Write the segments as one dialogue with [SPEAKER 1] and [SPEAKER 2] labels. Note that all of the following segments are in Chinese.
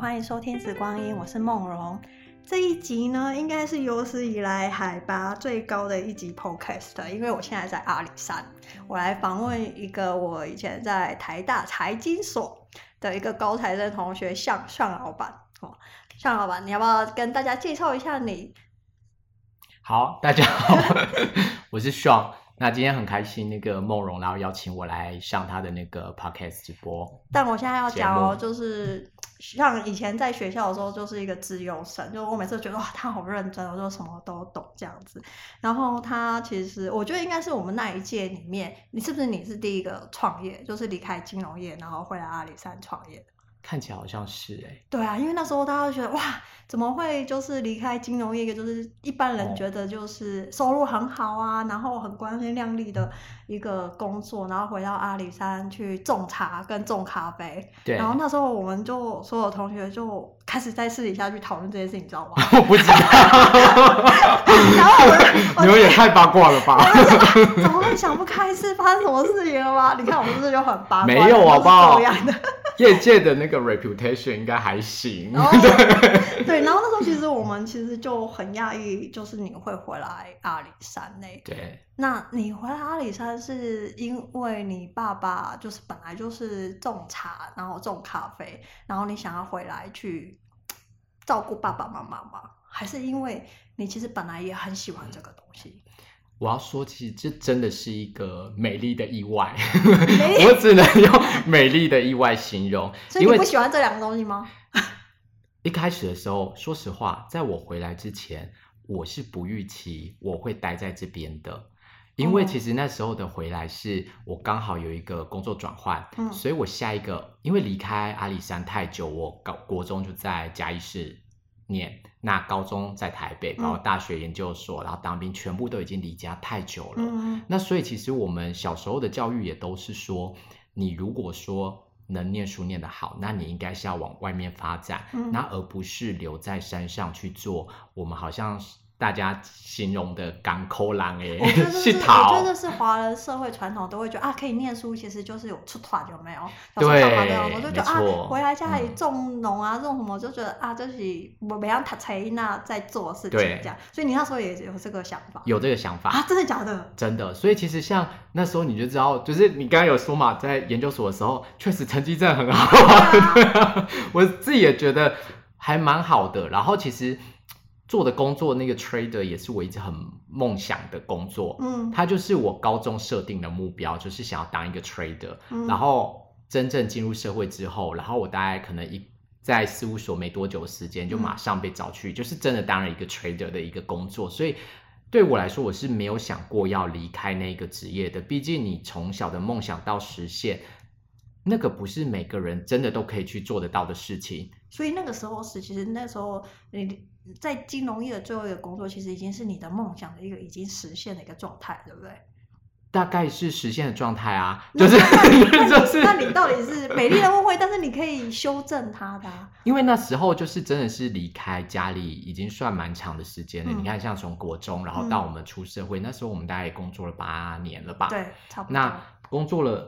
[SPEAKER 1] 欢迎收听紫光音，我是梦荣。这一集呢，应该是有史以来海拔最高的一集 podcast， 因为我现在在阿里山，我来访问一个我以前在台大财经所的一个高材生同学向老板。向老板，你要不要跟大家介绍一下你？
[SPEAKER 2] 好，大家好，我是 Sean。那今天很开心，那个梦荣然后邀请我来上他的那个 podcast 直播。
[SPEAKER 1] 但我现在要讲哦，就是像以前在学校的时候，就是一个资优生，就我每次觉得哇，他好认真，我就什么都懂这样子。然后他其实我觉得应该是我们那一届里面，你是第一个创业，就是离开金融业，然后回来阿里山创业的？
[SPEAKER 2] 看起来好像是
[SPEAKER 1] 对啊，因为那时候大家都觉得哇，怎么会就是离开金融业，就是一般人觉得就是收入很好啊，然后很光鲜亮丽的一个工作，然后回到阿里山去种茶跟种咖啡。
[SPEAKER 2] 对。
[SPEAKER 1] 然后那时候我们就所有同学就开始在私底下去讨论这件事，你知道吗？
[SPEAKER 2] 我不知道。
[SPEAKER 1] 然后
[SPEAKER 2] 你们也太八卦了吧？
[SPEAKER 1] 怎么会想不开？是发生什么事情了吗？你看我们是不是就很八卦？
[SPEAKER 2] 没有好不好？
[SPEAKER 1] 这样的
[SPEAKER 2] 业界的那个 reputation 应该还行。
[SPEAKER 1] 对，然后那时候其实我们就很讶异，就是你会回来阿里山内。
[SPEAKER 2] 对。
[SPEAKER 1] 那你回来阿里山是因为你爸爸就是本来就是种茶，然后种咖啡，然后你想要回来去照顾爸爸妈妈吗？还是因为你其实本来也很喜欢这个东西？
[SPEAKER 2] 我要说，其实这真的是一个美丽的意外，我只能用美丽的意外形容。
[SPEAKER 1] 所以你不喜欢这两个东西吗？
[SPEAKER 2] 一开始的时候，说实话，在我回来之前，我是不预期我会待在这边的，因为其实那时候的回来是我刚好有一个工作转换，所以我下一个，因为离开阿里山太久，我国中就在嘉义市念，那高中在台北，包括大学研究所，然后当兵，全部都已经离家太久了。那所以其实我们小时候的教育也都是说，你如果说能念书念得好，那你应该是要往外面发展，那而不是留在山上去做我们好像大家形容的港口人的
[SPEAKER 1] 我觉得是华人社会传统都会觉得啊，可以念书其实就是有出团，有没有？
[SPEAKER 2] 对，
[SPEAKER 1] 我就觉得啊，回来家里种农啊，种什么就觉得啊，就是我每样读册那在做事情这样。所以你那时候也有这个想法？有
[SPEAKER 2] 这个想法
[SPEAKER 1] 啊？真的假的？
[SPEAKER 2] 真的。所以其实像那时候你就知道，就是你刚刚有说嘛，在研究所的时候，确实成绩真的很好啊。我自己也觉得还蛮好的。然后其实做的工作那个 trader 也是我一直很梦想的工作，它就是我高中设定的目标，就是想要当一个 trader，然后真正进入社会之后，然后我大概可能在事务所没多久的时间就马上被找去，就是真的当了一个 trader 的一个工作，所以对我来说我是没有想过要离开那个职业的，毕竟你从小的梦想到实现，那个不是每个人真的都可以去做得到的事情。
[SPEAKER 1] 所以那个时候其实那时候你在金融业的最后一个工作，其实已经是你的梦想的一个已经实现的一个状态，对不对？
[SPEAKER 2] 大概是实现的状态啊，就是
[SPEAKER 1] 那你到底是美丽的误会，但是你可以修正它的
[SPEAKER 2] 因为那时候就是真的是离开家里已经算蛮长的时间了，你看像从国中然后到我们出社会，那时候我们大概也工作了8年了吧？
[SPEAKER 1] 对，差不多。
[SPEAKER 2] 那工作了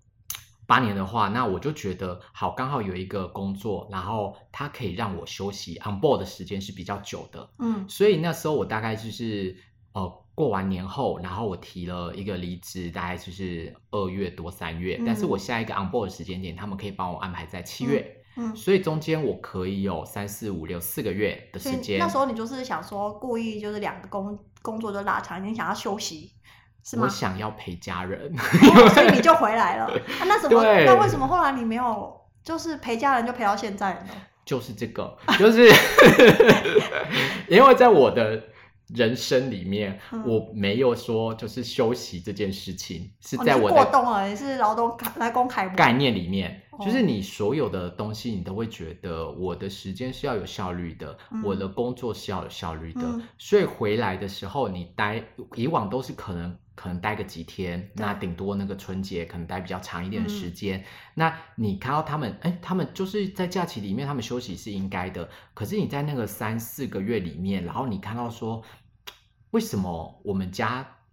[SPEAKER 2] 8年的话，那我就觉得好，刚好有一个工作，然后它可以让我休息 on board 的时间是比较久的，所以那时候我大概就是过完年后，然后我提了一个离职，大概就是2月多3月，但是我下一个 on board 的时间点，他们可以帮我安排在7月，所以中间我可以有3、4、5、6 4个月的时间。
[SPEAKER 1] 那时候你就是想说，故意就是2个工作就拉长，你想要休息。是吗？
[SPEAKER 2] 我想要陪家人，
[SPEAKER 1] 所以你就回来了。那为什么后来你没有就是陪家人就陪到现在呢？
[SPEAKER 2] 就是这个，就是因为在我的人生里面，我没有说就是休息这件事情，是在我的
[SPEAKER 1] 过动了，你是劳动来公开
[SPEAKER 2] 概念里面，就是你所有的东西，你都会觉得我的时间是要有效率的，我的工作是要有效率的，所以回来的时候，你以往都是可能待个几天，那顶多那个春节可能待比较长一点的时间，那你看到他们他们就是在假期里面他们休息是应该的，可是你在那个3、4个月里面，然后你看到说为什么我们家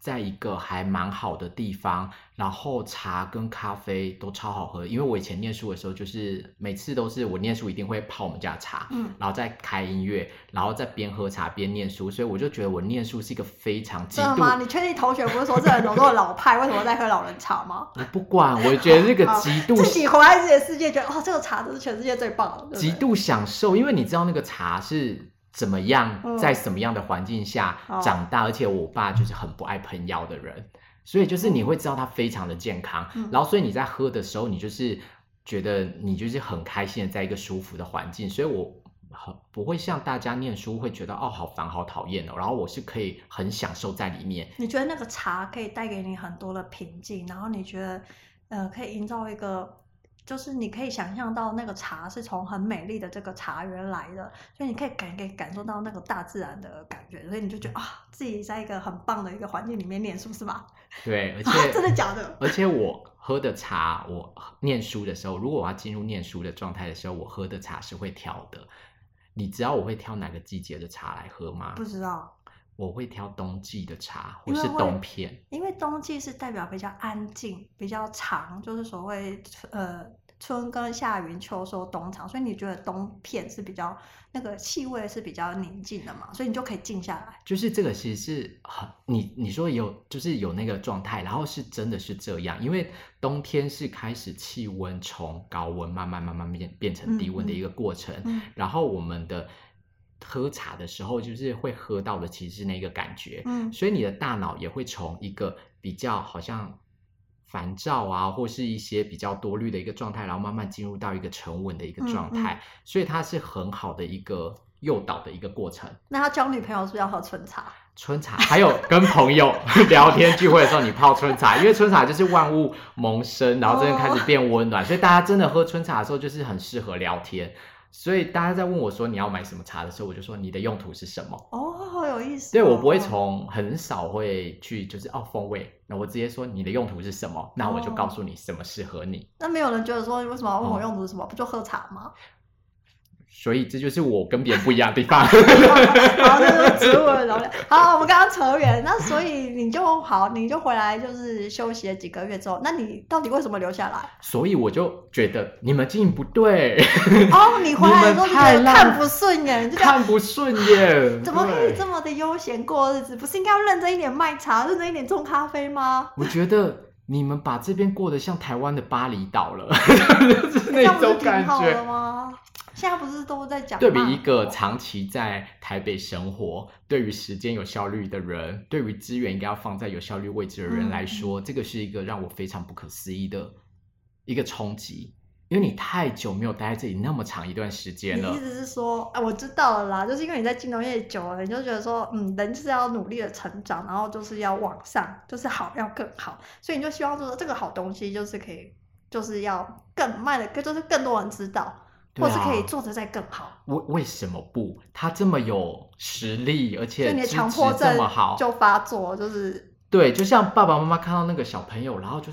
[SPEAKER 2] 在一个还蛮好的地方，然后茶跟咖啡都超好喝。因为我以前念书的时候，就是每次都是我念书一定会泡我们家的茶，然后再开音乐，然后再边喝茶边念书，所以我就觉得我念书是一个非常极度。
[SPEAKER 1] 真的吗？你确定同学不是说这人都是老派，为什么在喝老人茶吗？
[SPEAKER 2] 我不管，我觉得这个极度
[SPEAKER 1] 自己活在自己的世界，觉得这个茶都是全世界最棒的，
[SPEAKER 2] 极度享受，因为你知道那个茶是怎么样，在什么样的环境下长大，而且我爸就是很不爱喷药的人，所以就是你会知道它非常的健康，然后所以你在喝的时候，你就是觉得你就是很开心的在一个舒服的环境，所以我不会像大家念书会觉得好烦好讨厌然后我是可以很享受在里面。
[SPEAKER 1] 你觉得那个茶可以带给你很多的平静，然后你觉得可以营造一个。就是你可以想象到那个茶是从很美丽的这个茶园来的，所以你可以感受到那个大自然的感觉，所以你就觉得自己在一个很棒的一个环境里面念书，是吧？
[SPEAKER 2] 对，而且
[SPEAKER 1] 真的假的？
[SPEAKER 2] 而且我喝的茶，我念书的时候，如果我要进入念书的状态的时候，我喝的茶是会挑的。你知道我会挑哪个季节的茶来喝吗？
[SPEAKER 1] 不知道。
[SPEAKER 2] 我会挑冬季的茶，或是冬片，
[SPEAKER 1] 因为冬季是代表比较安静、比较长，就是所谓春耕夏耘秋收冬藏，所以你觉得冬片是比较那个气味是比较宁静的嘛，所以你就可以静下来。
[SPEAKER 2] 就是这个其实是你说就是有那个状态，然后是真的是这样，因为冬天是开始气温从高温慢慢变成低温的一个过程，然后我们的喝茶的时候就是会喝到的其实是那个感觉，所以你的大脑也会从一个比较好像烦躁啊或是一些比较多虑的一个状态，然后慢慢进入到一个沉稳的一个状态，所以它是很好的一个诱导的一个过程。
[SPEAKER 1] 那他交女朋友是不是要喝春茶？
[SPEAKER 2] 春茶还有跟朋友聊天聚会的时候你泡春茶，因为春茶就是万物萌生，然后这边开始变温暖，所以大家真的喝春茶的时候就是很适合聊天。所以大家在问我说你要买什么茶的时候，我就说你的用途是什么。
[SPEAKER 1] 好有意思。
[SPEAKER 2] 对，我不会很少会去就是风味，那我直接说你的用途是什么，那我就告诉你什么适合你。
[SPEAKER 1] 那没有人觉得说为什么要问我用途是什么，不就喝茶吗？
[SPEAKER 2] 所以这就是我跟别人不一样的地方。
[SPEAKER 1] 好，这就是植物的容量。好，我们刚刚扯远，那所以你就回来就是休息了几个月之后，那你到底为什么留下来？
[SPEAKER 2] 所以我就觉得你们经营不对。
[SPEAKER 1] 你回来的时候就觉得看不顺眼，
[SPEAKER 2] 看不顺眼，
[SPEAKER 1] 怎么可以这么的悠闲过日子？不是应该要认真一点卖茶，认真一点种咖啡吗？
[SPEAKER 2] 我觉得你们把这边过得像台湾的巴厘岛了，就是那种感觉。这样不是挺好的
[SPEAKER 1] 吗？现在不是都在讲
[SPEAKER 2] 对比一个长期在台北生活，对于时间有效率的人，对于资源应该要放在有效率位置的人来说，这个是一个让我非常不可思议的一个冲击。因为你太久没有待在这里那么长一段时间了。
[SPEAKER 1] 你意思是说，我知道了啦，就是因为你在金融业久了，你就觉得说，人就是要努力的成长，然后就是要往上，就是好要更好，所以你就希望说这个好东西就是可以，就是要更卖的，就是更多人知道。或是可以做得再更好。
[SPEAKER 2] 为什么不？他这么有实力，而且
[SPEAKER 1] 你的强迫症
[SPEAKER 2] 这么好，
[SPEAKER 1] 就发作，就是
[SPEAKER 2] 对，就像爸爸妈妈看到那个小朋友，然后就是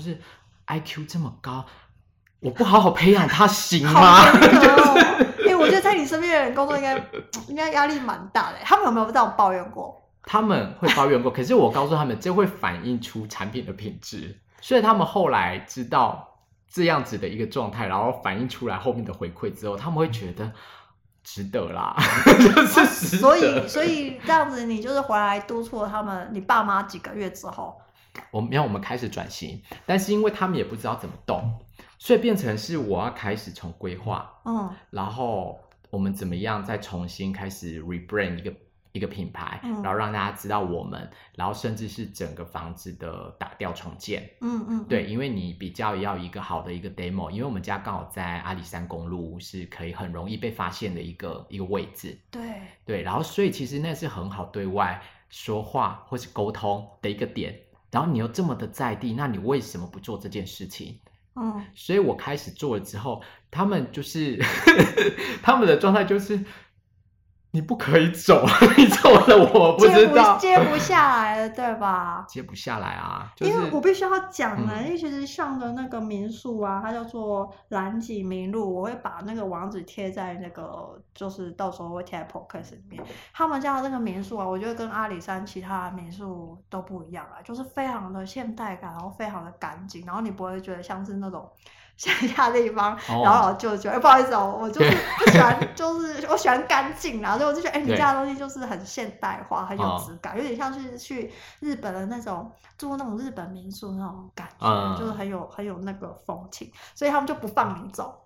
[SPEAKER 2] IQ 这么高，我不好好培养他行吗？
[SPEAKER 1] 我觉得在你身边的人工作应该压力蛮大的。他们有没有这样抱怨过？
[SPEAKER 2] 他们会抱怨过，可是我告诉他们，这会反映出产品的品质，所以他们后来知道这样子的一个状态，然后反映出来后面的回馈之后，他们会觉得值得啦，就是值得。
[SPEAKER 1] 所以这样子，你就是回来督促了你爸妈几个月之后，
[SPEAKER 2] 我们开始转型，但是因为他们也不知道怎么动，所以变成是我要开始从规划，然后我们怎么样再重新开始 rebrand一个品牌，然后让大家知道我们，然后甚至是整个房子的打掉重建。对，因为你比较要一个好的一个 demo， 因为我们家刚好在阿里山公路，是可以很容易被发现的一个位置。对，然后所以其实那是很好对外说话或是沟通的一个点。然后你又这么的在地，那你为什么不做这件事情？所以我开始做了之后，他们就是他们的状态就是。 你不可以走，你走了我不知道，
[SPEAKER 1] 接不下来了，对吧？
[SPEAKER 2] 接不下来啊，就是
[SPEAKER 1] 因为我必须要讲因为其实像的那个民宿啊，它叫做蓝景民路，我会把那个网址贴在那个，就是到时候会贴在 podcast 里面。他们家的那个民宿啊，我觉得跟阿里山其他的民宿都不一样啊，就是非常的现代感，然后非常的干净，然后你不会觉得像是那种乡下地方老老旧旧。不好意思哦，我就是不喜欢，就是我喜欢干净啦，所以我就觉得，你家的东西就是很现代化，很有质感，有点像是去日本的那种住那种日本民宿那种感觉，就是很有那个风情，所以他们就不放你走，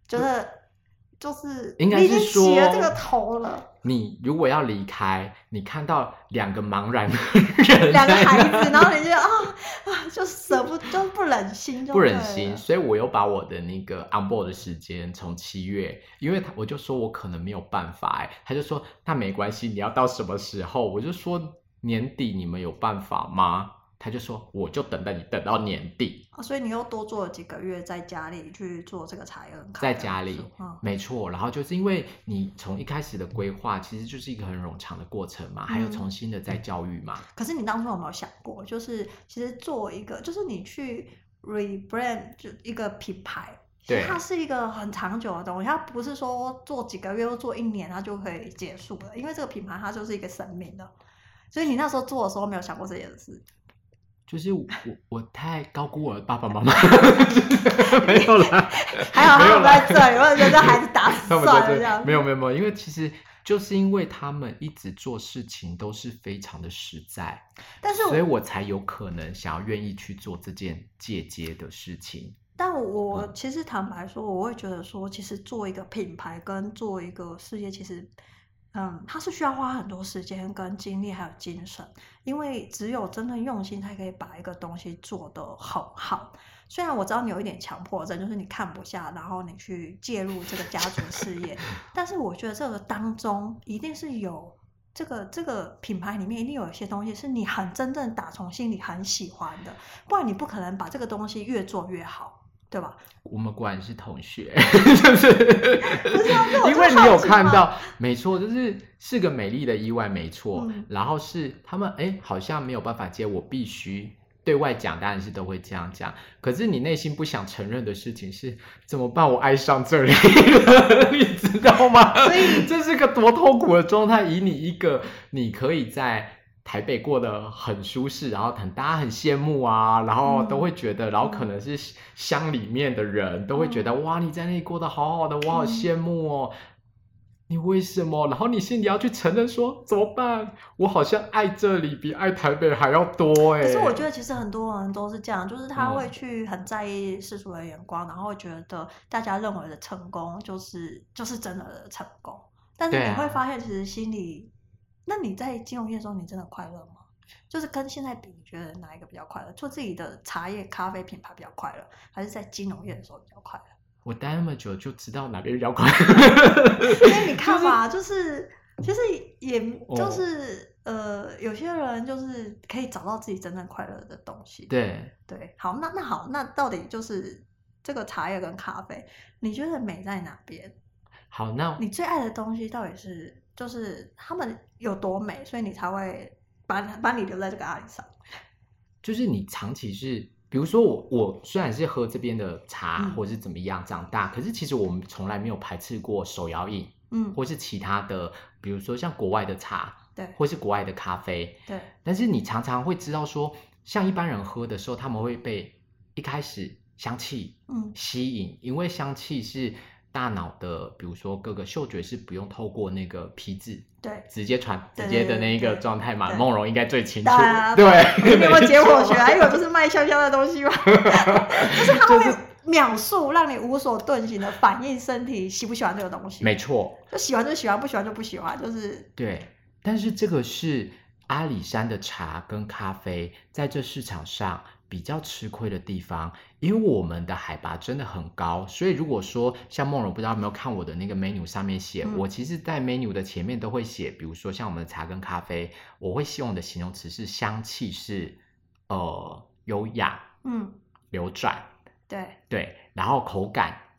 [SPEAKER 1] 就是
[SPEAKER 2] 应该是说
[SPEAKER 1] 你已经起了这个头了。
[SPEAKER 2] 你如果要离开，你看到2个茫然的人
[SPEAKER 1] ，2个孩子，然后你就就舍不就不忍心，
[SPEAKER 2] 不忍心，所以我又把我的那个 on board 的时间从7月，因为我就说我可能没有办法，他就说那没关系，你要到什么时候？我就说年底你们有办法吗？他就说我就等你等到年底，
[SPEAKER 1] 所以你又多做了几个月在家里去做这个茶叶跟咖啡，
[SPEAKER 2] 在家里，没错。然后就是因为你从一开始的规划其实就是一个很冗长的过程嘛，还有重新的再教育嘛。
[SPEAKER 1] 可是你当初有没有想过，就是其实做一个，就是你去 rebrand 就一个品牌，其实它是一个很长久的东西，它不是说做几个月或做1年它就可以结束了，因为这个品牌它就是一个生命的。所以你那时候做的时候没有想过这件事。
[SPEAKER 2] 就是我太高估我的爸爸妈妈，没有啦，
[SPEAKER 1] 还好他们在这里，我觉得孩子打死算了这样。
[SPEAKER 2] 没有，因为其实就是因为他们一直做事情都是非常的实在，所以我才有可能想要愿意去做这件借接的事情。
[SPEAKER 1] 但我其实坦白说，我会觉得说，其实做一个品牌跟做一个事业，其实它是需要花很多时间跟精力还有精神，因为只有真的用心才可以把一个东西做得很好。虽然我知道你有一点强迫症，就是你看不下，然后你去介入这个家族事业，但是我觉得这个当中一定是有这个品牌里面一定有一些东西是你很真正打从心里很喜欢的，不然你不可能把这个东西越做越好。对吧？
[SPEAKER 2] 我们果然是同学，就是因为你有看到，没错，是个美丽的意外，没错。然后是他们好像没有办法接，我必须对外讲，当然是都会这样讲。可是你内心不想承认的事情是怎么办？我爱上这里了，你知道吗？所以这是个多痛苦的状态。以你一个，你可以在台北过得很舒适，然后大家很羡慕啊，然后都会觉得，然后可能是乡里面的人都会觉得，哇，你在那里过得好好的，我好羡慕哦。你为什么？然后你心里要去承认说，怎么办？我好像爱这里比爱台北还要多可
[SPEAKER 1] 是我觉得其实很多人都是这样，就是他会去很在意世俗的眼光，然后会觉得大家认为的成功就是真的成功，但是你会发现其实心里。那你在金融业的时候，你真的快乐吗？就是跟现在比，你觉得哪一个比较快乐？做自己的茶叶、咖啡品牌比较快乐，还是在金融业的时候比较快乐？
[SPEAKER 2] 我待那么久，就知道哪边比较快乐。
[SPEAKER 1] 因为你看嘛，就是其实也就是有些人就是可以找到自己真正快乐的东西。
[SPEAKER 2] 对，
[SPEAKER 1] 好，那好，那到底就是这个茶叶跟咖啡，你觉得美在哪边？
[SPEAKER 2] 好，那
[SPEAKER 1] 你最爱的东西到底是？就是他们有多美，所以你才会把你留在这个阿里山。
[SPEAKER 2] 就是你长期是，比如说我虽然是喝这边的茶，或是怎么样长大，可是其实我们从来没有排斥过手摇饮，或是其他的，比如说像国外的茶，
[SPEAKER 1] 对，
[SPEAKER 2] 或是国外的咖啡，
[SPEAKER 1] 对。
[SPEAKER 2] 但是你常常会知道说，像一般人喝的时候，他们会被一开始香气吸引，因为香气是。大脑的，比如说各个嗅觉是不用透过那个皮质，
[SPEAKER 1] 对，
[SPEAKER 2] 直接的那一个状态嘛。梦荣应该最清楚，
[SPEAKER 1] 对，你有没有解剖学啊？因为我不是卖香香的东西嘛，就是它会秒速让你无所遁形的反应身体喜不喜欢这个东西。
[SPEAKER 2] 没错，
[SPEAKER 1] 就喜欢就喜欢，不喜欢就不喜欢，就是
[SPEAKER 2] 对。但是这个是阿里山的茶跟咖啡在这市场上比较吃亏的地方，因为我们的海拔真的很高，所以如果说像梦荣不知道有没有看我的那个 menu 上面写，我其实在 menu 的前面都会写，比如说像我们的茶跟咖啡，我会希望的形容词是香气是优雅，流转，对，然后口感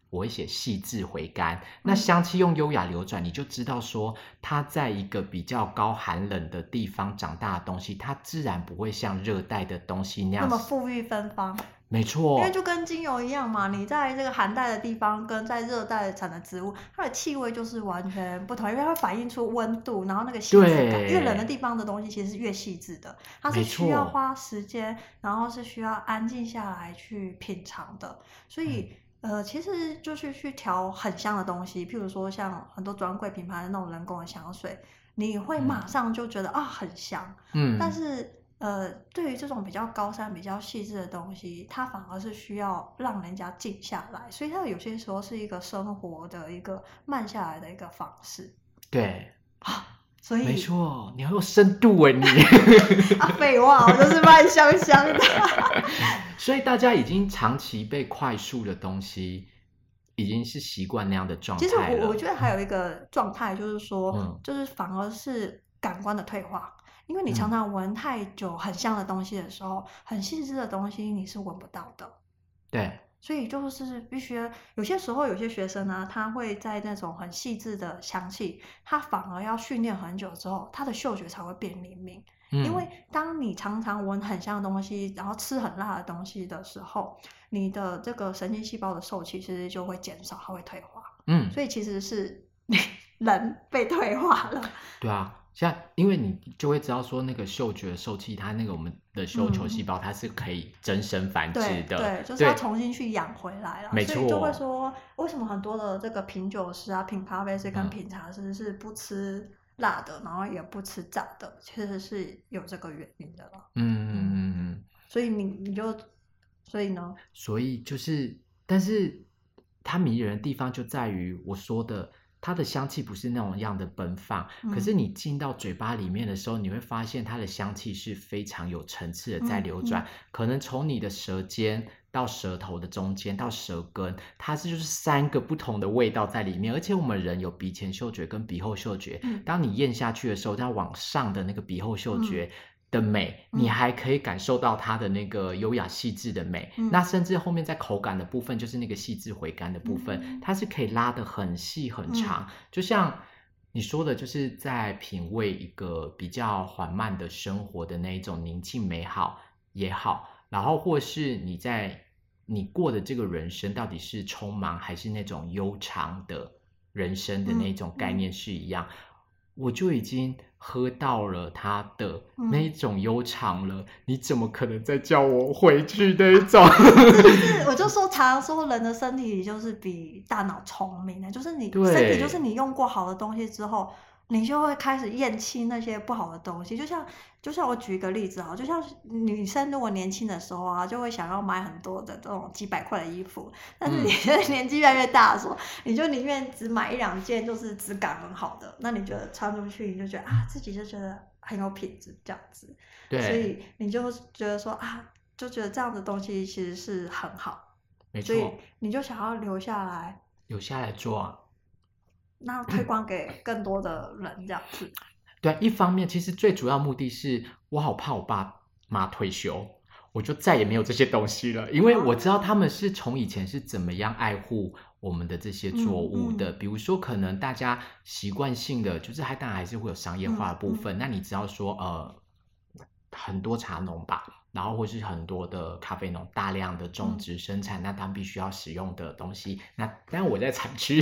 [SPEAKER 2] 我会写细致回甘。那香气用优雅流转，你就知道说它在一个比较高寒冷的地方长大的东西，它自然不会像热带的东西那样
[SPEAKER 1] 那么馥郁芬芳。
[SPEAKER 2] 没错，
[SPEAKER 1] 因为就跟精油一样嘛，你在这个寒带的地方跟在热带产的植物，它的气味就是完全不同，因为它会反映出温度，然后那个细致感。越冷的地方的东西其实是越细致的，它是需要花时间，然后是需要安静下来去品尝的。所以其实就是去调很香的东西，譬如说像很多专柜品牌的那种人工的香水，你会马上就觉得很香，但是对于这种比较高山、比较细致的东西，它反而是需要让人家静下来，所以它有些时候是一个生活的一个慢下来的一个方式。
[SPEAKER 2] 对
[SPEAKER 1] 所以
[SPEAKER 2] 没错，你很有深度哎，你
[SPEAKER 1] 废话，我就是卖香香的。
[SPEAKER 2] 所以大家已经长期被快速的东西，已经是习惯那样的状态了。
[SPEAKER 1] 其实我觉得还有一个状态，就是说，就是反而是感官的退化。因为你常常闻太久很香的东西的时候，很细致的东西你是闻不到的。
[SPEAKER 2] 对，
[SPEAKER 1] 所以就是必须有些时候有些学生啊，他会在那种很细致的香气，他反而要训练很久之后，他的嗅觉才会变灵敏。因为当你常常闻很香的东西，然后吃很辣的东西的时候，你的这个神经细胞的受气其实就会减少，它会退化。所以其实是人被退化了。
[SPEAKER 2] 对啊。像因为你就会知道说那个嗅觉受气，它那个我们的嗅球细胞它是可以增生繁殖的，
[SPEAKER 1] 对，就是要重新去养回来了。
[SPEAKER 2] 没错，
[SPEAKER 1] 所以就会说为什么很多的这个品酒师啊、品咖啡师跟品茶师是不吃辣的，然后也不吃炸的，其实是有这个原因的了。所以所以呢？
[SPEAKER 2] 所以就是，但是它迷人的地方就在于我说的。它的香气不是那种样的奔放，可是你进到嘴巴里面的时候，你会发现它的香气是非常有层次的在流转，可能从你的舌尖到舌头的中间到舌根，它是就是3个不同的味道在里面，而且我们人有鼻前嗅觉跟鼻后嗅觉，当你咽下去的时候，再往上的那个鼻后嗅觉的美，你还可以感受到它的那个优雅细致的美，那甚至后面在口感的部分，就是那个细致回甘的部分，它是可以拉得很细很长，就像你说的，就是在品味一个比较缓慢的生活的那一种宁静美好也好，然后或是你过的这个人生到底是匆忙还是那种悠长的人生的那种概念是一样，我就已经喝到了它的那一种悠长了，你怎么可能再叫我回去那一种？
[SPEAKER 1] 我就说，常说人的身体就是比大脑聪明的，就是你身体就是你用过好的东西之后，你就会开始厌弃那些不好的东西。就像我举一个例子哈，就像女生如果年轻的时候啊，就会想要买很多的这种几百块的衣服，但是你年纪越来越大的时候，你就宁愿只买1-2件就是质感很好的，那你觉得穿出去你就觉得自己就觉得很有品质这样子，
[SPEAKER 2] 对，
[SPEAKER 1] 所以你就觉得说就觉得这样的东西其实是很好，
[SPEAKER 2] 没错，
[SPEAKER 1] 所以你就想要留下来
[SPEAKER 2] 做啊，
[SPEAKER 1] 那推广给更多的人这样子。
[SPEAKER 2] 对，一方面其实最主要目的是我好怕我爸妈退休，我就再也没有这些东西了，因为我知道他们是从以前是怎么样爱护我们的这些作物的，比如说可能大家习惯性的就是当然还是会有商业化的部分，那你知道说很多茶农吧，然后或是很多的咖啡农大量的种植生产，那他们必须要使用的东西，那当然我在产区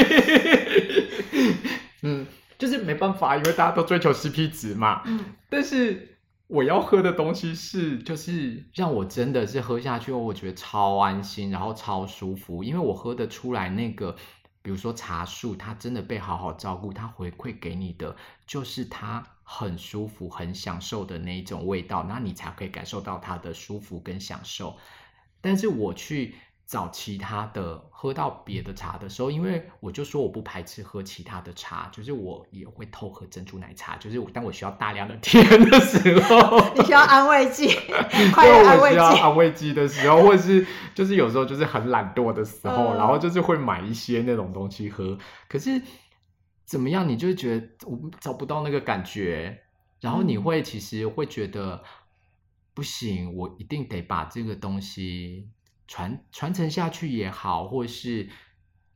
[SPEAKER 2] 就是没办法，因为大家都追求 CP 值嘛。但是我要喝的东西就是让我真的是喝下去后，我觉得超安心，然后超舒服，因为我喝得出来那个，比如说茶树，它真的被好好照顾，它回馈给你的就是它很舒服、很享受的那一种味道，那你才可以感受到它的舒服跟享受。但是我去找其他的喝到别的茶的时候，因为我就说我不排斥喝其他的茶，就是我也会偷喝珍珠奶茶，就是当我需要大量的甜的时候，
[SPEAKER 1] 你需要安慰剂，快乐安慰剂，
[SPEAKER 2] 我需要安慰剂的时候，或是就是有时候就是很懒惰的时候，然后就是会买一些那种东西喝，可是怎么样，你就会觉得我找不到那个感觉，然后你会其实会觉得不行，我一定得把这个东西传承下去也好，或是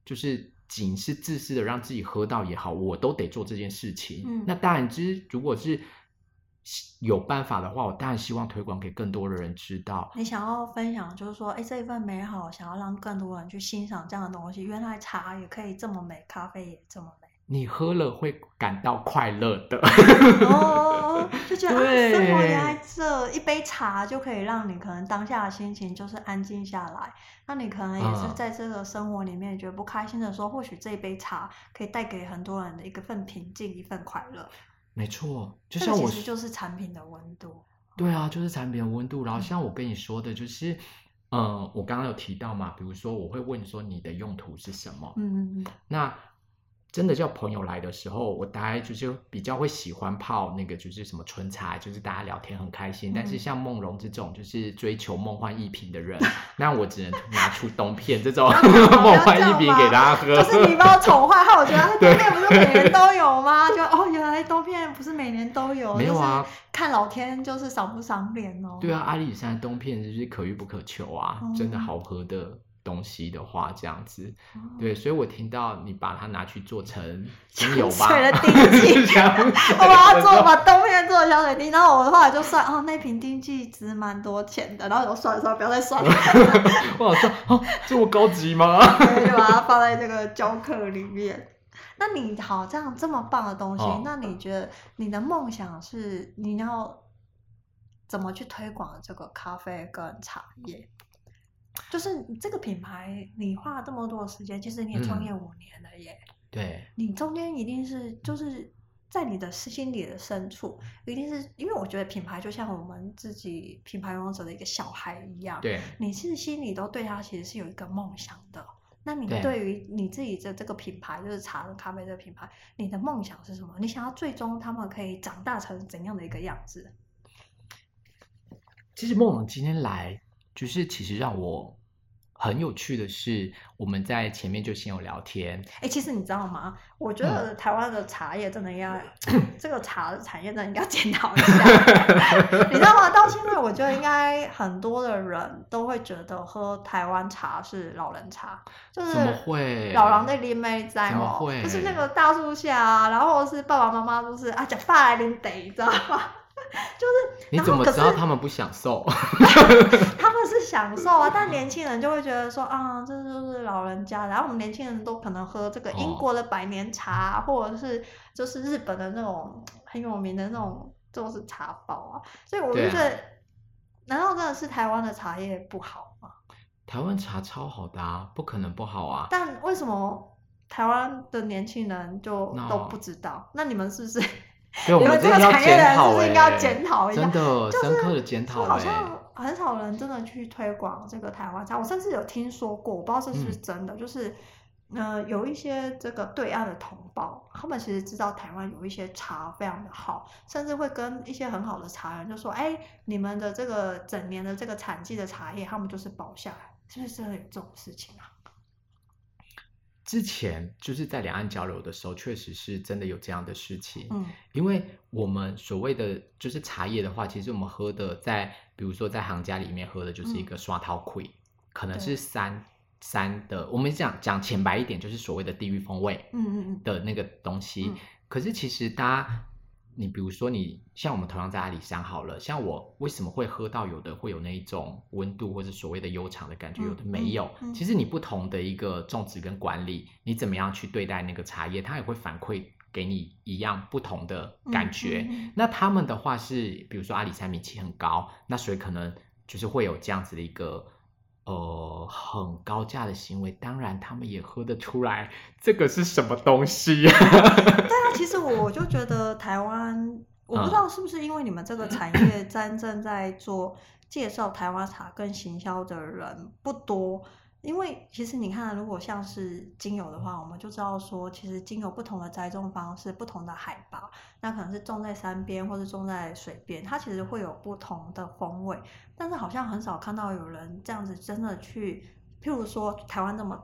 [SPEAKER 2] 就是仅是自私的让自己喝到也好，我都得做这件事情。那
[SPEAKER 1] 嗯
[SPEAKER 2] 当然，如果是有办法的话，我当然希望推广给更多的人知道。
[SPEAKER 1] 你想要分享，就是说，哎，这一份美好，想要让更多人去欣赏这样的东西。原来茶也可以这么美，咖啡也这么美。
[SPEAKER 2] 你喝了会感到快乐的。
[SPEAKER 1] 哦，就觉得
[SPEAKER 2] 对
[SPEAKER 1] 生活原来这一杯茶就可以让你可能当下的心情就是安静下来。那你可能也是在这个生活里面觉得不开心的时候，或许这一杯茶可以带给很多人的一份平静，一份快乐。
[SPEAKER 2] 没错，就
[SPEAKER 1] 这个
[SPEAKER 2] 像我
[SPEAKER 1] 其实就是产品的温度。
[SPEAKER 2] 对啊，就是产品的温度。然后像我跟你说的，就是我刚刚有提到嘛，比如说我会问说你的用途是什么？那真的叫朋友来的时候，我大概就是比较会喜欢泡那个就是什么纯茶，就是大家聊天很开心。但是像梦蓉这种就是追求梦幻一品的人，那我只能拿出冬片这种梦幻一品给大家喝。
[SPEAKER 1] 就是你把我宠坏，害我觉得冬片不是每年都有吗？就原来冬片不是每年都有，
[SPEAKER 2] 没有啊，
[SPEAKER 1] 就是看老天就是赏不赏脸哦。
[SPEAKER 2] 对啊，阿里山冬片就是可遇不可求啊，真的好喝的东西的话，这样子，对，所以我听到你把它拿去做成精油吧，
[SPEAKER 1] 水的滴剂，我把它把冬片做香水滴，然后我后来就算，那瓶滴剂值蛮多钱的，然后我算不要再算了。
[SPEAKER 2] 我想说，这么高级吗？
[SPEAKER 1] 对，就把它放在这个教课里面。那你好，这么棒的东西，那你觉得你的梦想是你要怎么去推广这个咖啡跟茶叶？就是这个品牌，你花了这么多的时间，其实你也创业5年了耶。
[SPEAKER 2] 对，
[SPEAKER 1] 你中间一定是就是在你的心里的深处，一定是因为我觉得品牌就像我们自己品牌拥有者的一个小孩一样，
[SPEAKER 2] 对，
[SPEAKER 1] 你是心里都对他其实是有一个梦想的。那你对于你自己的这个品牌，就是茶跟咖啡这个品牌，你的梦想是什么？你想要最终他们可以长大成怎样的一个样子？
[SPEAKER 2] 其实梦蓉今天来，就是其实让我很有趣的是，我们在前面就先有聊天。
[SPEAKER 1] 其实你知道吗？我觉得台湾的茶叶真的要，这个茶的产业真的应该检讨一下。你知道吗？到现在我觉得应该很多的人都会觉得喝台湾茶是老人茶，就是
[SPEAKER 2] 怎么会
[SPEAKER 1] 老人在啉妹在
[SPEAKER 2] 怎么会
[SPEAKER 1] 就是那个大树下啊，然后是爸爸妈妈都是讲饭来啉茶，你知道吗？就是
[SPEAKER 2] 你怎么知道他们不享受？
[SPEAKER 1] 他们是享受啊，但年轻人就会觉得说这就是老人家的。然后我们年轻人都可能喝这个英国的百年茶，或者是就是日本的那种很有名的那种就是茶包啊。所以我就觉得，难道真的是台湾的茶叶不好吗？
[SPEAKER 2] 台湾茶超好的啊，不可能不好啊。
[SPEAKER 1] 但为什么台湾的年轻人就都不知道？那你们是不是？
[SPEAKER 2] 对，我们这个产业的人是不是
[SPEAKER 1] 应该要检讨一下？
[SPEAKER 2] 真的，深刻的检讨。
[SPEAKER 1] 好像很少人真的去推广这个台湾茶。我甚至有听说过，我不知道这是不是真的，就是有一些这个对岸的同胞，他们其实知道台湾有一些茶非常的好，甚至会跟一些很好的茶人就说：“你们的这个整年的这个产季的茶叶，他们就是保下来。”是不是真的有这种事情啊？
[SPEAKER 2] 之前就是在两岸交流的时候，确实是真的有这样的事情。因为我们所谓的就是茶叶的话，其实我们喝的比如说在行家里面喝的就是一个刷陶葵，可能是三的，我们讲浅白一点，就是所谓的地域风味的那个东西。可是其实你比如说像我们同样在阿里山好了，像我为什么会喝到有的会有那一种温度或者所谓的悠长的感觉，有的没有。其实你不同的一个种植跟管理，你怎么样去对待那个茶叶，它也会反馈给你一样不同的感觉。那他们的话是比如说阿里山名气很高，那所以可能就是会有这样子的一个很高价的行为，当然他们也喝得出来这个是什么东西。对
[SPEAKER 1] 啊，其实我就觉得台湾，我不知道是不是因为你们这个产业真正在做介绍台湾茶跟行销的人不多。因为其实你看，如果像是精油的话，我们就知道说，其实精油不同的栽种方式、不同的海拔，那可能是种在山边或是种在水边，它其实会有不同的风味。但是好像很少看到有人这样子真的去，譬如说台湾这么大，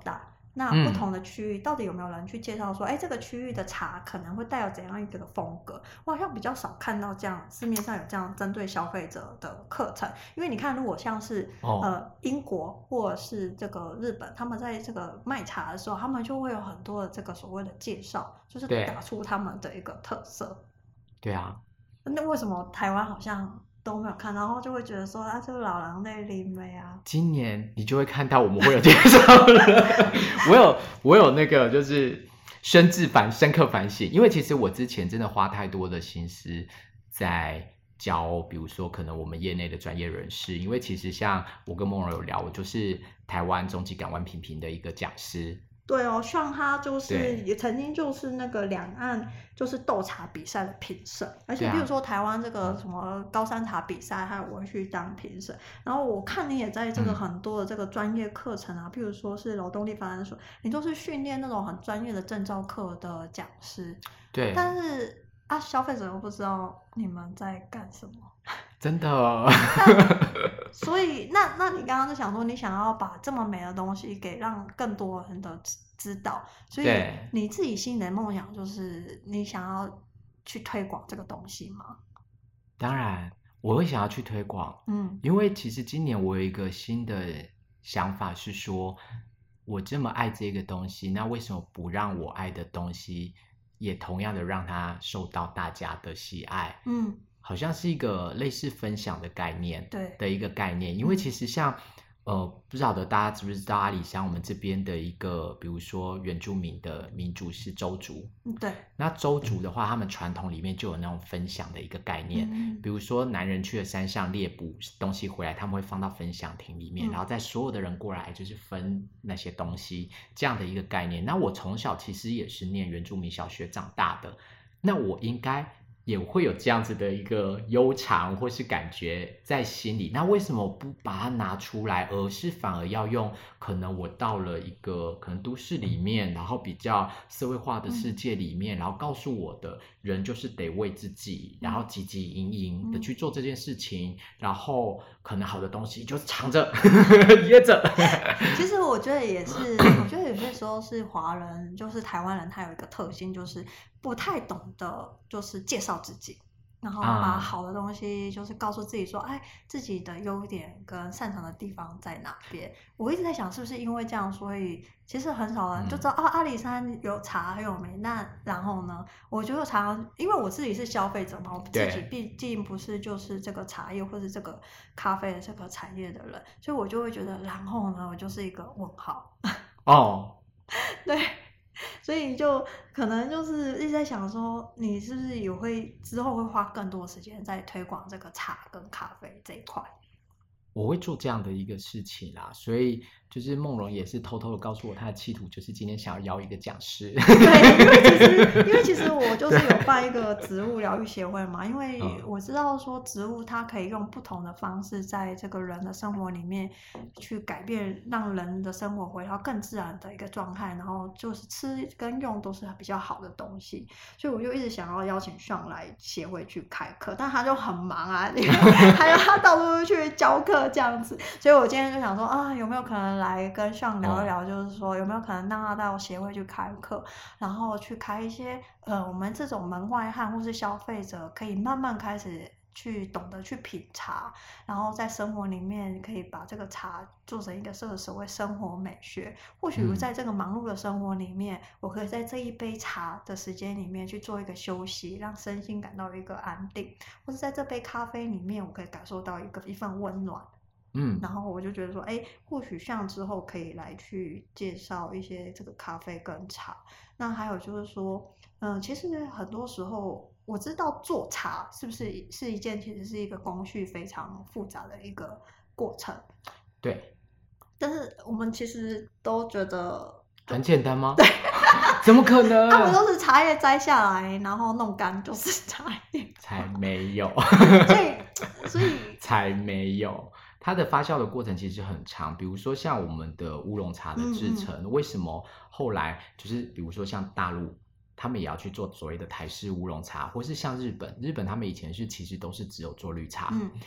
[SPEAKER 1] 那不同的区域到底有没有人去介绍说，这个区域的茶可能会带有怎样一个风格？我好像比较少看到这样，市面上有这样针对消费者的课程。因为你看，如果像是英国或者是这个日本，他们在这个卖茶的时候，他们就会有很多的这个所谓的介绍，就是打出他们的一个特色。
[SPEAKER 2] 对啊。
[SPEAKER 1] 那为什么台湾好像都没有看，然后就会觉得说这个老人在啉的啊？
[SPEAKER 2] 今年你就会看到我们会有介绍了。我有那个就是深刻反省，因为其实我之前真的花太多的心思在教，比如说可能我们业内的专业人士，因为其实像我跟梦柔有聊，我就是台湾中级港湾品评的一个讲师。
[SPEAKER 1] 对哦，像他就是也曾经就是那个两岸就是斗茶比赛的评审，而且比如说台湾这个什么高山茶比赛，还有我会去当评审。然后我看你也在这个很多的这个专业课程啊，譬如说是劳动力发展所，你都是训练那种很专业的证照课的讲师。
[SPEAKER 2] 对，
[SPEAKER 1] 但是消费者又不知道你们在干什么。
[SPEAKER 2] 真的。
[SPEAKER 1] 所以那你刚刚就想说，你想要把这么美的东西给让更多人的知道，所以你自己心里的梦想就是你想要去推广这个东西吗？
[SPEAKER 2] 当然我会想要去推广，因为其实今年我有一个新的想法是说，我这么爱这个东西，那为什么不让我爱的东西也同样的让它受到大家的喜爱？好像是一个类似分享的概念，
[SPEAKER 1] 对
[SPEAKER 2] 的一个概念。因为其实像不晓得大家知不知道阿里山我们这边的一个比如说原住民的民族是邹族。
[SPEAKER 1] 对，
[SPEAKER 2] 那邹族的话，他们传统里面就有那种分享的一个概念，比如说男人去了山上猎捕东西回来，他们会放到分享亭里面，然后在所有的人过来就是分那些东西，这样的一个概念。那我从小其实也是念原住民小学长大的，那我应该也会有这样子的一个悠长或是感觉在心里，那为什么不把它拿出来，而是反而要用可能我到了一个可能都市里面，然后比较社会化的世界里面，然后告诉我的人就是得为自己，然后汲汲营营的去做这件事情，然后可能好的东西就藏着掖着。
[SPEAKER 1] 其实我觉得也是，我觉得有些时候是华人，就是台湾人，他有一个特性，就是不太懂得就是介绍自己，然后把好的东西就是告诉自己说，自己的优点跟擅长的地方在哪边。我一直在想，是不是因为这样，所以其实很少人就知道阿里山有茶很有名。那然后呢，我觉得常常因为我自己是消费者嘛，我自己毕竟不是就是这个茶叶或是这个咖啡的这个产业的人，所以我就会觉得，然后呢，我就是一个问号。对。所以就可能就是一直在想说，你是不是也会之后会花更多时间在推广这个茶跟咖啡这一块？
[SPEAKER 2] 我会做这样的一个事情啦，所以就是梦荣也是偷偷的告诉我，他的企图就是今天想要邀一个讲师。
[SPEAKER 1] 对，因为其实我就是有办一个植物疗愈协会嘛，因为我知道说植物它可以用不同的方式在这个人的生活里面去改变，让人的生活回到更自然的一个状态，然后就是吃跟用都是比较好的东西，所以我就一直想要邀请Sean来协会去开课，但他就很忙啊，还有他到处去教课这样子，所以我今天就想说有没有可能来跟Sean聊一聊，就是说有没有可能让他到协会去开课，然后去开一些我们这种门外汉或是消费者可以慢慢开始去懂得去品茶，然后在生活里面可以把这个茶做成一个所谓生活美学。或许在这个忙碌的生活里面，我可以在这一杯茶的时间里面去做一个休息，让身心感到一个安定，或是在这杯咖啡里面我可以感受到一份温暖。然后我就觉得说，或许像之后可以来去介绍一些这个咖啡跟茶。那还有就是说，其实很多时候我知道做茶是不是是一件其实是一个工序非常复杂的一个过程。
[SPEAKER 2] 对。
[SPEAKER 1] 但是我们其实都觉得
[SPEAKER 2] 很简单吗？对。怎么可能？
[SPEAKER 1] 他们都是茶叶摘下来，然后弄干就是茶叶。
[SPEAKER 2] 才没有。
[SPEAKER 1] 所以
[SPEAKER 2] 才没有。它的发酵的过程其实很长，比如说像我们的乌龙茶的制成，为什么后来就是比如说像大陆他们也要去做所谓的台式乌龙茶，或是像日本他们以前是其实都是只有做绿茶。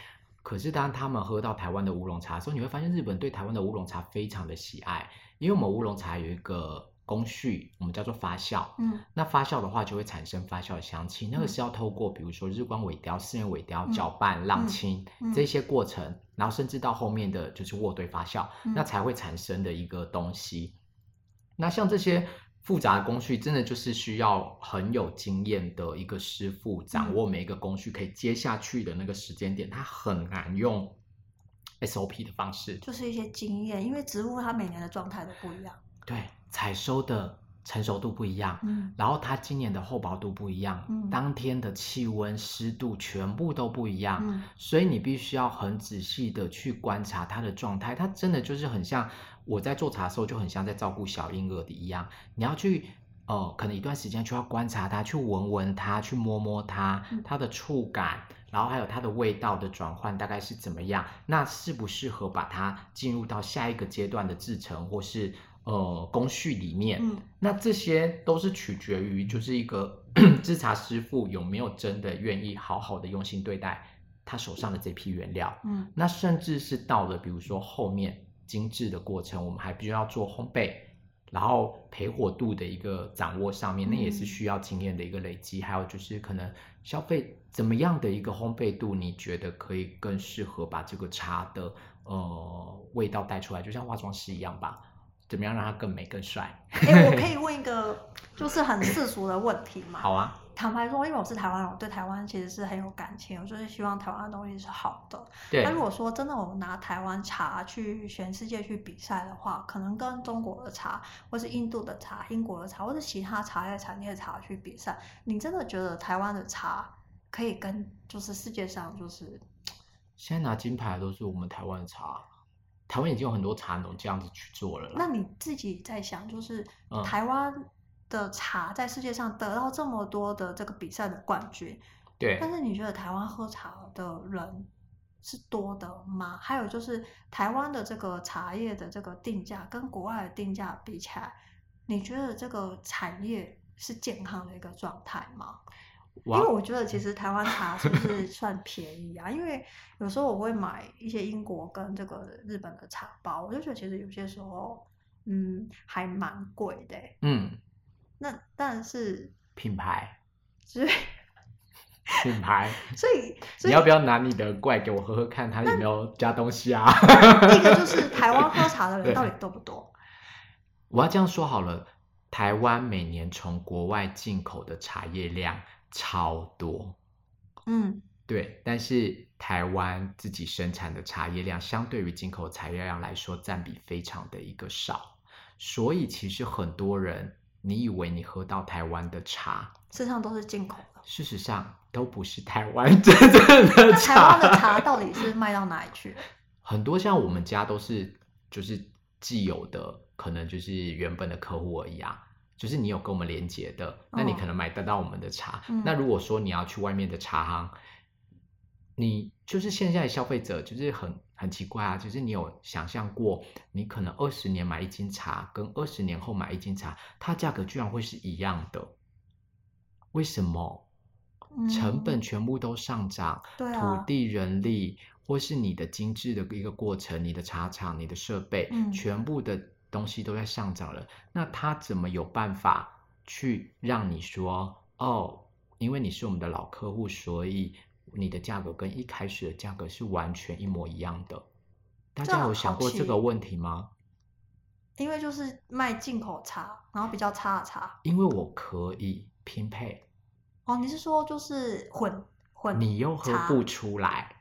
[SPEAKER 2] 可是当他们喝到台湾的乌龙茶的时候，你会发现日本对台湾的乌龙茶非常的喜爱，因为我们乌龙茶有一个工序，我们叫做发酵。那发酵的话就会产生发酵的香气，那个是要透过比如说日光萎凋、四元萎凋、搅拌、浪青这些过程，然后甚至到后面的就是渥堆发酵，那才会产生的一个东西。那像这些复杂的工序，真的就是需要很有经验的一个师傅掌握每一个工序可以接下去的那个时间点，他很难用 SOP 的方式，
[SPEAKER 1] 就是一些经验，因为植物它每年的状态都不一样，
[SPEAKER 2] 对，采收的成熟度不一样，然后它今年的厚薄度不一样，当天的气温、湿度全部都不一样，所以你必须要很仔细的去观察它的状态。它真的就是很像我在做茶的时候，就很像在照顾小婴儿的一样，你要去可能一段时间就要观察它，去闻闻它，去摸摸它，它的触感，然后还有它的味道的转换大概是怎么样，那适不适合把它进入到下一个阶段的制程或是工序里面，那这些都是取决于就是一个制茶师傅有没有真的愿意好好的用心对待他手上的这批原料，那甚至是到了比如说后面精制的过程，我们还必须要做烘焙，然后焙火度的一个掌握上面，那也是需要经验的一个累积，还有就是可能消费怎么样的一个烘焙度，你觉得可以更适合把这个茶的味道带出来，就像化妆师一样吧。怎么样让它更美更帅？
[SPEAKER 1] 我可以问一个就是很世俗的问题吗？
[SPEAKER 2] 好啊。
[SPEAKER 1] 坦白说，因为我是台湾人，我对台湾其实是很有感情，我就是希望台湾的东西是好的。
[SPEAKER 2] 对。
[SPEAKER 1] 那如果说真的我们拿台湾茶去全世界去比赛的话，可能跟中国的茶，或是印度的茶、英国的茶，或是其他茶叶产业茶去比赛，你真的觉得台湾的茶可以跟就是世界上就是
[SPEAKER 2] 现在拿金牌的都是我们台湾的茶？台湾已经有很多茶农这样子去做了啦。
[SPEAKER 1] 那你自己在想，就是台湾的茶在世界上得到这么多的这个比赛的冠军，
[SPEAKER 2] 对，
[SPEAKER 1] 但是你觉得台湾喝茶的人是多的吗？还有就是台湾的这个茶叶的这个定价跟国外的定价比起来，你觉得这个产业是健康的一个状态吗？因为我觉得其实台湾茶是不是算便宜啊？因为有时候我会买一些英国跟这个日本的茶包，我就觉得其实有些时候还蛮贵的。那但是
[SPEAKER 2] 品牌，
[SPEAKER 1] 所以
[SPEAKER 2] 品牌，
[SPEAKER 1] 所以
[SPEAKER 2] 你要不要拿你的过来给我喝喝看，它有没有加东西啊？
[SPEAKER 1] 一个就是台湾喝茶的人到底多不多？
[SPEAKER 2] 我要这样说好了，台湾每年从国外进口的茶叶量超多，对，但是台湾自己生产的茶叶量相对于进口茶叶量来说占比非常的一个少，所以其实很多人你以为你喝到台湾的茶，
[SPEAKER 1] 事实上都是进口的，
[SPEAKER 2] 事实上都不是台湾真正的茶。
[SPEAKER 1] 那台湾的茶到底是卖到哪里去？
[SPEAKER 2] 很多像我们家都是就是既有的，可能就是原本的客户而已啊，就是你有跟我们连结的，那你可能买得到我们的茶。那如果说你要去外面的茶行，你就是现在的消费者就是很奇怪啊，就是你有想象过你可能20年买一斤茶跟20年后买一斤茶，它价格居然会是一样的，为什么？成本全部都上涨，土地、人力或是你的精致的一个过程，你的茶厂、你的设备，全部的东西都在上涨了，那他怎么有办法去让你说因为你是我们的老客户，所以你的价格跟一开始的价格是完全一模一样的？大家有想过这个问题吗？
[SPEAKER 1] 因为就是卖进口茶，然后比较差的茶。
[SPEAKER 2] 因为我可以拼配。
[SPEAKER 1] 你是说就是混？
[SPEAKER 2] 你又喝不出来。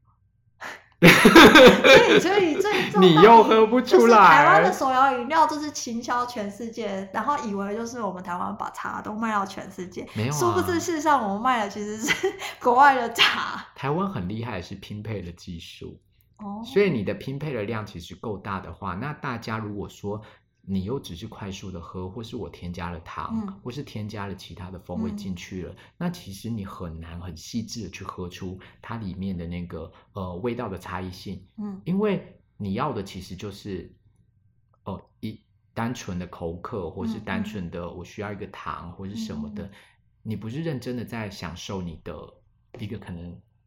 [SPEAKER 1] 所以
[SPEAKER 2] 你又喝不出来。
[SPEAKER 1] 台湾的手摇饮料就是倾销全世界，然后以为就是我们台湾把茶都卖到全世界，
[SPEAKER 2] 没有啊，
[SPEAKER 1] 殊不知事实上我们卖的其实是国外的茶。
[SPEAKER 2] 台湾很厉害的是拼配的技术，所以你的拼配的量其实够大的话，那大家如果说你又只是快速的喝，或是我添加了糖，或是添加了其他的风味进去了，那其实你很难很细致的去喝出它里面的那个味道的差异性。因为你要的其实就是单纯的口渴，或是单纯的我需要一个糖或是什么的，你不是认真的在享受你的一个可能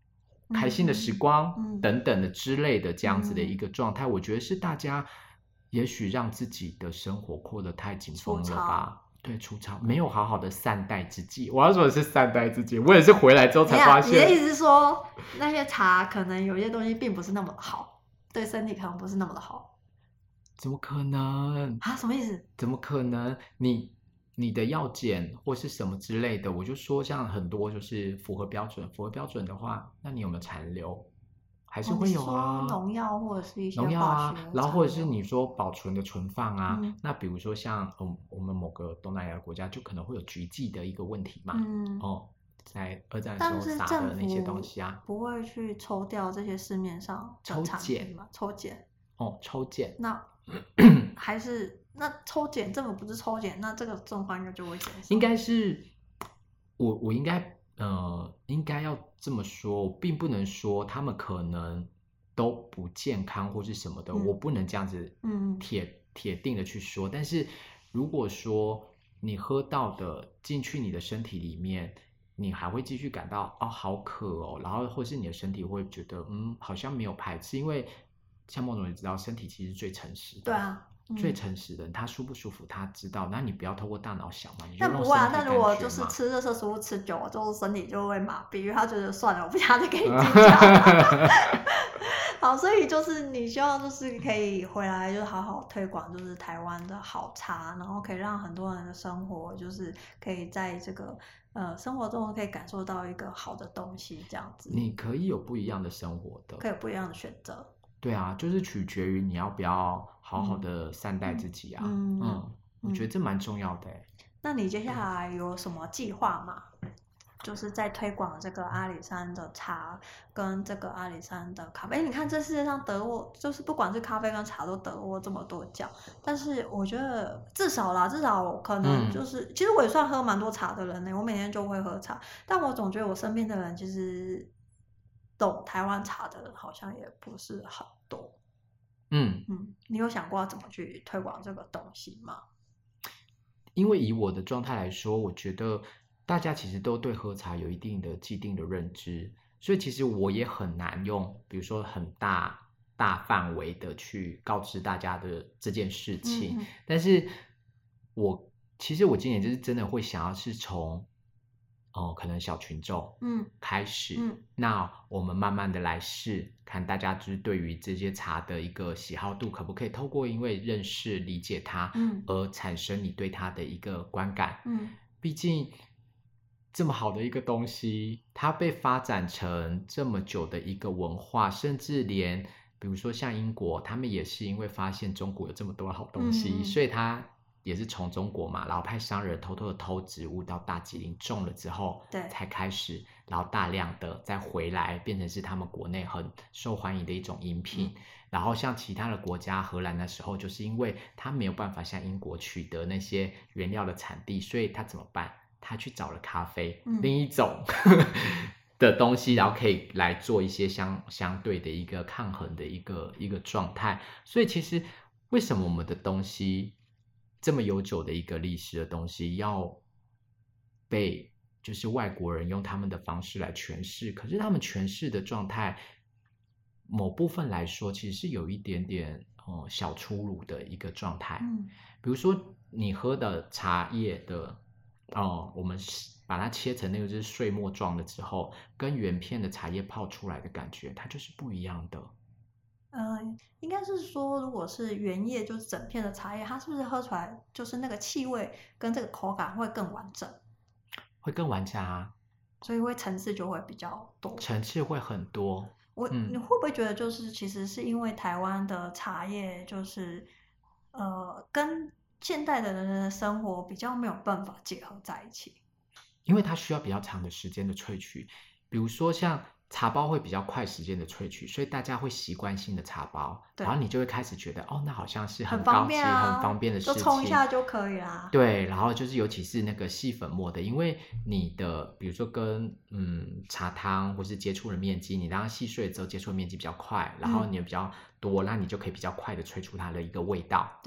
[SPEAKER 2] 开心的时光、
[SPEAKER 1] 嗯
[SPEAKER 2] 等等的之类的这样子的一个状态，我觉得是大家也许让自己的生活过得太紧绷了吧。对，粗糙，没有好好的善待自己。我要说的是善待自己，我也是回来之后才发现。
[SPEAKER 1] 你的意思是说，那些茶可能有些东西并不是那么好，对身体可能不是那么的好？
[SPEAKER 2] 怎么可能
[SPEAKER 1] 啊？什么意思？
[SPEAKER 2] 怎么可能？你的药检或是什么之类的，我就说像很多就是符合标准，符合标准的话，那你有没有残留？还是会有啊，
[SPEAKER 1] 农药或者是一些
[SPEAKER 2] 农药啊，然后或者是
[SPEAKER 1] 你
[SPEAKER 2] 你说保存的存放啊，
[SPEAKER 1] 嗯
[SPEAKER 2] 那比如说像我们某个东南亚国家就可能会有菊剂的一个问题嘛，在二战的时候撒的那些东西啊，
[SPEAKER 1] 不会去抽掉这些市面上的产品吗？抽检
[SPEAKER 2] 抽检，
[SPEAKER 1] 那还是那抽检政府不是抽检，那这个状况应该就会减少。
[SPEAKER 2] 应该是我应该要这么说，我并不能说他们可能都不健康或是什么的，我不能这样子铁定的去说。但是如果说你喝到的进去你的身体里面，你还会继续感到好渴哦，然后或是你的身体会觉得好像没有排斥，因为像孟总也知道，身体其实是最诚实的。
[SPEAKER 1] 对啊。
[SPEAKER 2] 最诚实的，他舒不舒服，他知道。那你不要透过大脑想嘛，你就
[SPEAKER 1] 但不会啊。
[SPEAKER 2] 但
[SPEAKER 1] 如果就是吃热色食物吃久了，就是身体就会麻痹，因为他觉得算了，我不想再跟你计较。好，所以就是你希望就是可以回来，就是好好推广就是台湾的好茶，然后可以让很多人的生活就是可以在这个生活中可以感受到一个好的东西，这样子。
[SPEAKER 2] 你可以有不一样的生活的，
[SPEAKER 1] 可以有不一样的选择。
[SPEAKER 2] 对啊，就是取决于你要不要好好的善待自己啊。我觉得这蛮重要的。
[SPEAKER 1] 那你接下来有什么计划吗？就是在推广这个阿里山的茶跟这个阿里山的咖啡。你看这世界上得过，就是不管是咖啡跟茶都得过这么多奖，但是我觉得至少可能就是，其实我也算喝蛮多茶的人呢，我每天就会喝茶，但我总觉得我身边的人其实懂台湾茶的人好像也不是很多。你有想过要怎么去推广这个东西吗？
[SPEAKER 2] 因为以我的状态来说，我觉得大家其实都对喝茶有一定的既定的认知，所以其实我也很难用比如说很大范围的去告知大家的这件事情。但是其实我今年就是真的会想要是从可能小群众开始，那我们慢慢的来试，看大家就是对于这些茶的一个喜好度，可不可以透过因为认识理解它，而产生你对它的一个观感。毕竟这么好的一个东西，它被发展成这么久的一个文化，甚至连比如说像英国，他们也是因为发现中国有这么多好东西，所以他也是从中国嘛，然后派商人偷偷的偷植物到大吉岭种了之后，才开始，然后大量的再回来，变成是他们国内很受欢迎的一种饮品。然后像其他的国家，荷兰的时候，就是因为他没有办法像英国取得那些原料的产地，所以他怎么办？他去找了咖啡，另一种的东西，然后可以来做一些相对的一个抗衡的一个状态。所以其实为什么我们的东西这么悠久的一个历史的东西要被就是外国人用他们的方式来诠释，可是他们诠释的状态某部分来说其实是有一点点小粗鲁的一个状态。比如说你喝的茶叶的我们把它切成那个就是碎末状的之后，跟原片的茶叶泡出来的感觉它就是不一样的。
[SPEAKER 1] 应该是说如果是原叶就是整片的茶叶，它是不是喝出来就是那个气味跟这个口感会更完整，
[SPEAKER 2] 会更完整啊，
[SPEAKER 1] 所以层次就会比较多，
[SPEAKER 2] 层次会很多。
[SPEAKER 1] 你会不会觉得就是其实是因为台湾的茶叶就是跟现代的人的生活比较没有办法结合在一起？
[SPEAKER 2] 因为它需要比较长的时间的萃取，比如说像茶包会比较快时间的萃取，所以大家会习惯性的茶包，然后你就会开始觉得那好像是很高级很方便的事情，
[SPEAKER 1] 就冲一下就可以啦。
[SPEAKER 2] 对，然后就是尤其是那个细粉末的，因为你的比如说跟茶汤或是接触的面积，你让它细碎之后接触的面积比较快，然后你也比较多，那你就可以比较快的萃出它的一个味道。
[SPEAKER 1] 对，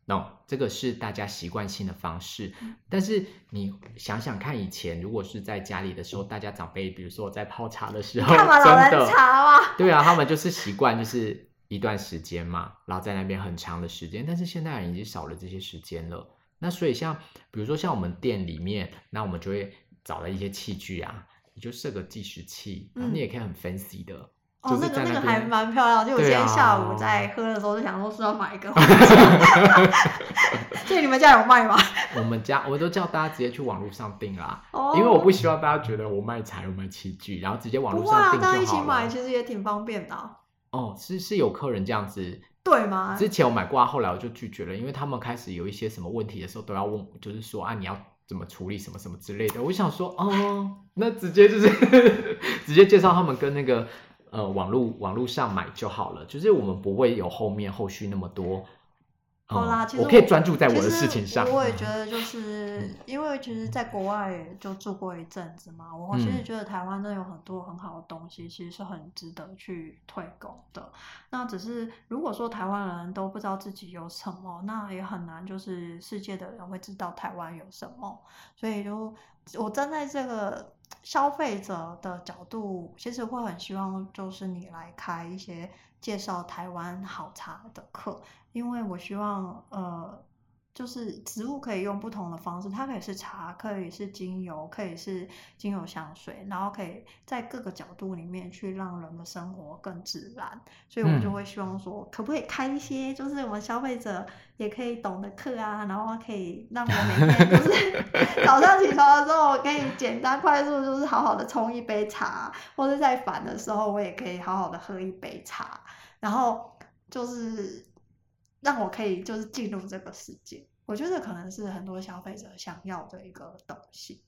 [SPEAKER 2] 这个是大家习惯性的方式。但是你想想看，以前如果是在家里的时候，大家长辈比如说我在泡茶的时候，
[SPEAKER 1] 干嘛老人茶吗？
[SPEAKER 2] 对啊，他们就是习惯就是一段时间嘛，然后在那边很长的时间，但是现代人已经少了这些时间了。那所以比如说像我们店里面，那我们就会找了一些器具啊，你就设个计时器，然后你也可以很 fancy 的。就是
[SPEAKER 1] 那个还蛮漂亮的，就我今天下午在喝的时候就想说是要买一个所以你们家有卖吗？
[SPEAKER 2] 我都叫大家直接去网络上订啦，因为我不希望大家觉得我卖茶有卖器具，然后直接网络上订就好了。
[SPEAKER 1] 大家一起买其实也挺方便的
[SPEAKER 2] 是有客人这样子，
[SPEAKER 1] 对吗？
[SPEAKER 2] 之前我买过，后来我就拒绝了，因为他们开始有一些什么问题的时候都要问，就是说你要怎么处理什么什么之类的。我想说那直接就是直接介绍他们跟那个网络上买就好了，就是我们不会有后续那么多。
[SPEAKER 1] 好啦，其实
[SPEAKER 2] 我可以专注在我的事情上。
[SPEAKER 1] 我也觉得就是因为其实在国外也就住过一阵子嘛，我其实觉得台湾真的有很多很好的东西，其实是很值得去推广的。那只是如果说台湾人都不知道自己有什么，那也很难就是世界的人会知道台湾有什么。所以我站在这个消费者的角度，其实会很希望就是你来开一些介绍台湾好茶的课，因为我希望就是植物可以用不同的方式，它可以是茶，可以是精油，可以是精油香水，然后可以在各个角度里面去让人的生活更自然。所以我就会希望说可不可以开一些就是我们消费者也可以懂的课啊，然后可以让我每天就是早上起床的时候我可以简单快速就是好好的冲一杯茶，或者在烦的时候我也可以好好的喝一杯茶，然后就是让我可以就是进入这个世界。我觉得可能是很多消费者想要的一个东西。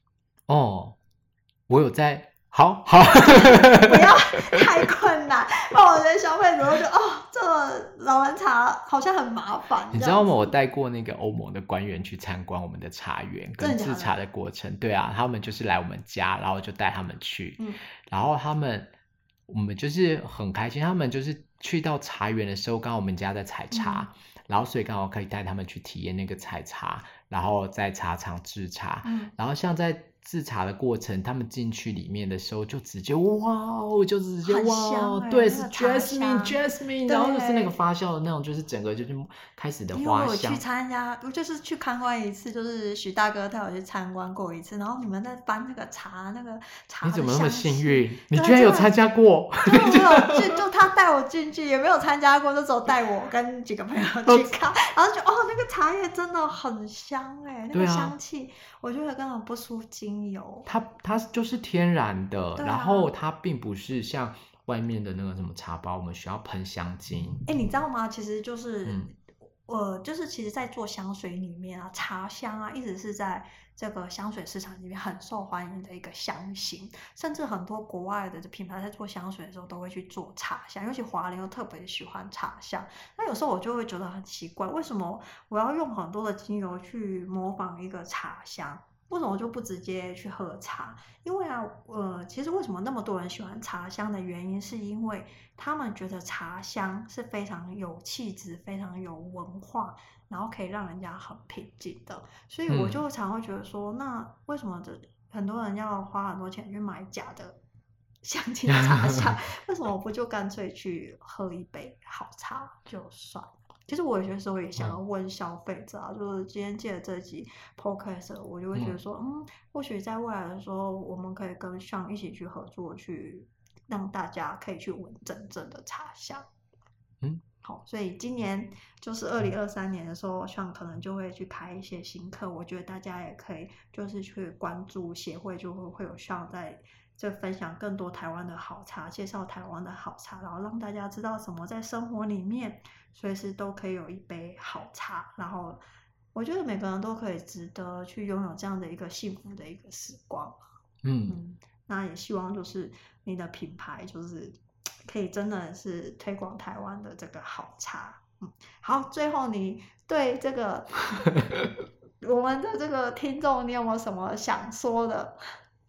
[SPEAKER 2] 我有在好
[SPEAKER 1] 不要太困难，不然我觉得消费者会觉得这个老人茶好像很麻烦。
[SPEAKER 2] 你知道吗？我带过那个欧盟的官员去参观我们的茶园跟制茶的过程。对啊，他们就是来我们家，然后就带他们去，然后我们就是很开心，他们就是去到茶园的时候，刚好我们家在采茶，然后所以刚好可以带他们去体验那个采茶，然后在茶厂制茶，然后像在制茶的过程，他们进去里面的时候就直接就直接对，是 jasmine， 然后就是那个发酵的那种，就是整个就是开始的花香。因为
[SPEAKER 1] 我去参加，我就是去参观一次，就是许大哥带我去参观过一次，然后你们在搬那个茶
[SPEAKER 2] 你怎么那么幸运？你居然有参加过？
[SPEAKER 1] 就他带我进去，也没有参加过，就只有带我跟几个朋友去看，然后就那个茶叶真的很香那个香气，我觉得根本不输精油。
[SPEAKER 2] 它就是天然的，然后它并不是像外面的那个什么茶包，我们需要喷香精。
[SPEAKER 1] 你知道吗？其实就是就是其实在做香水里面啊，茶香啊一直是在这个香水市场里面很受欢迎的一个香型，甚至很多国外的品牌在做香水的时候都会去做茶香，尤其华人又特别喜欢茶香。那有时候我就会觉得很奇怪，为什么我要用很多的精油去模仿一个茶香？为什么我就不直接去喝茶？因为其实为什么那么多人喜欢茶香的原因，是因为他们觉得茶香是非常有气质、非常有文化，然后可以让人家很平静的。所以我就常会觉得说，那为什么很多人要花很多钱去买假的香精茶香？为什么我不就干脆去喝一杯好茶就算了？其实我有些时候也想要问消费者就是今天借了这集 podcast， 我就会觉得说，或许在未来的时候，我们可以跟Sean一起去合作，去让大家可以去闻真正的茶香。好，所以今年就是2023年的时候，Sean可能就会去开一些新课，我觉得大家也可以就是去关注协会，就会有Sean在这分享更多台湾的好茶，介绍台湾的好茶，然后让大家知道什么在生活里面随时都可以有一杯好茶，然后我觉得每个人都可以值得去拥有这样的一个幸福的一个时光。那也希望就是你的品牌就是可以真的是推广台湾的这个好茶。好，最后你对这个我们的这个听众，你有没有什么想说的？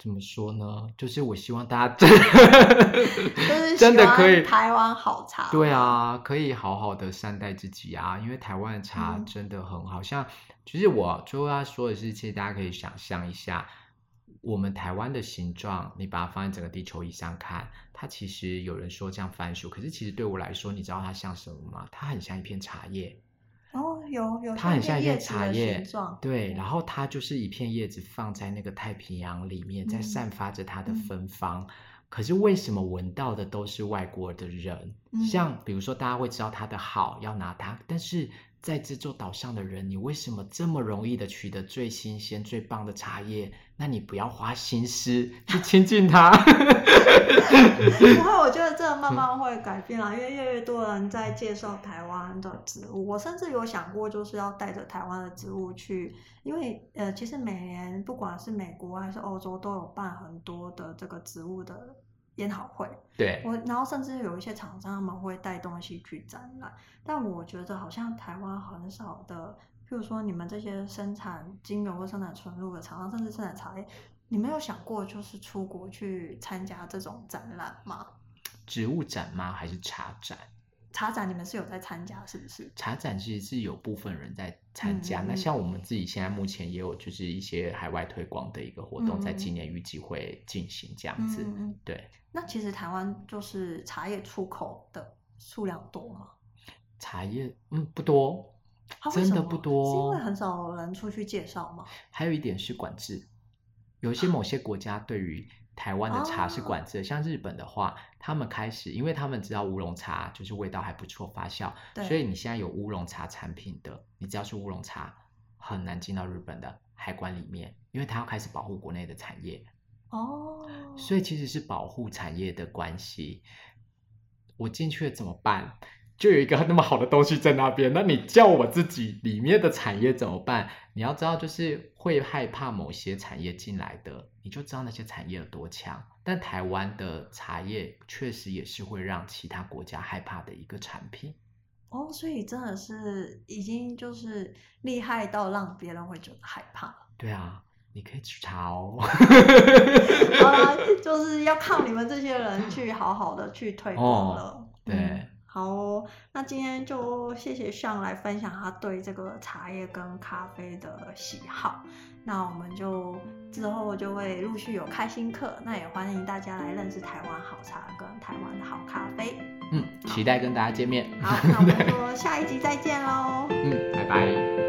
[SPEAKER 2] 怎么说呢？就是我希望大家
[SPEAKER 1] 就是
[SPEAKER 2] 真的可以
[SPEAKER 1] 台湾好茶。
[SPEAKER 2] 对啊，可以好好的善待自己啊，因为台湾的茶真的很好。像其实我最后要说的是，其实大家可以想象一下，我们台湾的形状，你把它放在整个地球仪上看，它其实有人说像番薯，可是其实对我来说，你知道它像什么吗？它很像一片茶叶。
[SPEAKER 1] 哦，有，
[SPEAKER 2] 它很像一片茶叶
[SPEAKER 1] 形状，
[SPEAKER 2] 对，然后它就是一片叶子放在那个太平洋里面，在散发着它的芬芳。可是为什么闻到的都是外国的人？像比如说大家会知道它的好，要拿它，但是在这座岛上的人，你为什么这么容易的取得最新鲜、最棒的茶叶？那你不要花心思去亲近它。
[SPEAKER 1] 不会，我觉得这个慢慢会改变啦，因为越来越多人在介绍台湾的植物。我甚至有想过，就是要带着台湾的植物去，因为其实每年不管是美国还是欧洲，都有办很多的这个植物的研讨会。
[SPEAKER 2] 对，
[SPEAKER 1] 然后甚至有一些厂商他们会带东西去展览，但我觉得好像台湾很少的，譬如说你们这些生产精油或生产纯露的厂商，甚至生产茶叶。你没有想过就是出国去参加这种展览吗？
[SPEAKER 2] 植物展吗？还是茶展？
[SPEAKER 1] 茶展你们是有在参加是不是？
[SPEAKER 2] 茶展其实是有部分人在参加，那像我们自己现在目前也有就是一些海外推广的一个活动，在今年预计会进行这样子。对。
[SPEAKER 1] 那其实台湾就是茶叶出口的数量多吗？
[SPEAKER 2] 茶叶不多，真的不多，
[SPEAKER 1] 是因为很少人出去介绍吗？
[SPEAKER 2] 还有一点是管制。有些某些国家对于台湾的茶是管制的，像日本的话，他们开始，因为他们知道乌龙茶就是味道还不错，发酵，所以你现在有乌龙茶产品的，你只要是乌龙茶，很难进到日本的海关里面，因为它要开始保护国内的产业。所以其实是保护产业的关系。我进去了怎么办？就有一个那么好的东西在那边，那你叫我自己里面的产业怎么办？你要知道，就是会害怕某些产业进来的，你就知道那些产业有多强。但台湾的茶叶确实也是会让其他国家害怕的一个产品。
[SPEAKER 1] 所以真的是已经就是厉害到让别人会觉得害怕。
[SPEAKER 2] 对啊，你可以去查哦。
[SPEAKER 1] 好啦，就是要靠你们这些人去好好的去推广了。
[SPEAKER 2] 对。
[SPEAKER 1] 好哦，那今天就谢谢Sean来分享他对这个茶叶跟咖啡的喜好。那我们就之后就会陆续有开新课，那也欢迎大家来认识台湾好茶跟台湾的好咖啡。
[SPEAKER 2] 期待跟大家见面。
[SPEAKER 1] 好，那我们就下一集再见喽。
[SPEAKER 2] 拜拜。